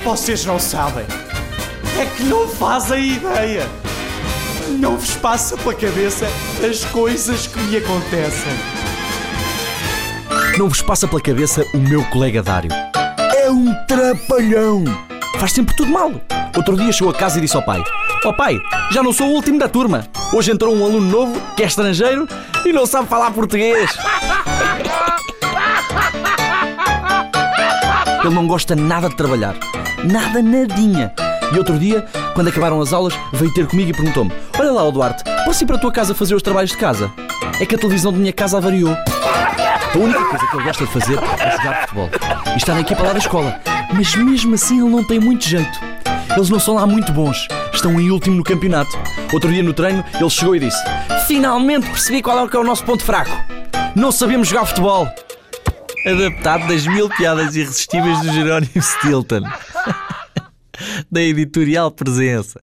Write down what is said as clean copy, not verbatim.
Vocês não sabem. É que não fazem ideia. Não vos passa pela cabeça as coisas que me acontecem. Não vos passa pela cabeça o meu colega Dário. É um trapalhão. Faz sempre tudo mal. Outro dia chegou a casa e disse ao pai: "Ó pai, já não sou o último da turma. Hoje entrou um aluno novo que é estrangeiro e não sabe falar português." Ele não gosta nada de trabalhar. Nada, nadinha. E outro dia, quando acabaram as aulas, veio ter comigo e perguntou-me: "Olha lá, Duarte, posso ir para a tua casa fazer os trabalhos de casa? É que a televisão da minha casa avariou." A única coisa que ele gosta de fazer é jogar futebol e estar na equipa lá da escola. Mas mesmo assim ele não tem muito jeito. Eles não são lá muito bons. Estão em último no campeonato. Outro dia no treino ele chegou e disse: "Finalmente percebi qual é o nosso ponto fraco. Não sabemos jogar futebol." Adaptado das 1000 piadas irresistíveis do Jerónimo Stilton. Da Editorial Presença.